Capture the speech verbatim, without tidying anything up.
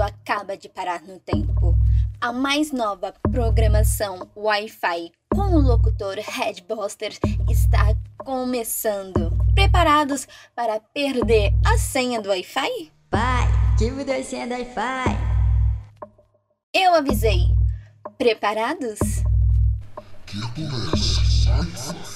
acaba de parar no tempo. A mais nova programação Wi-Fi com o locutor Headbuster está começando. Preparados para perder a senha do Wi-Fi? Pai, que mudou a senha do Wi-Fi? Eu avisei. Preparados? Que conversa, Wi-Fi?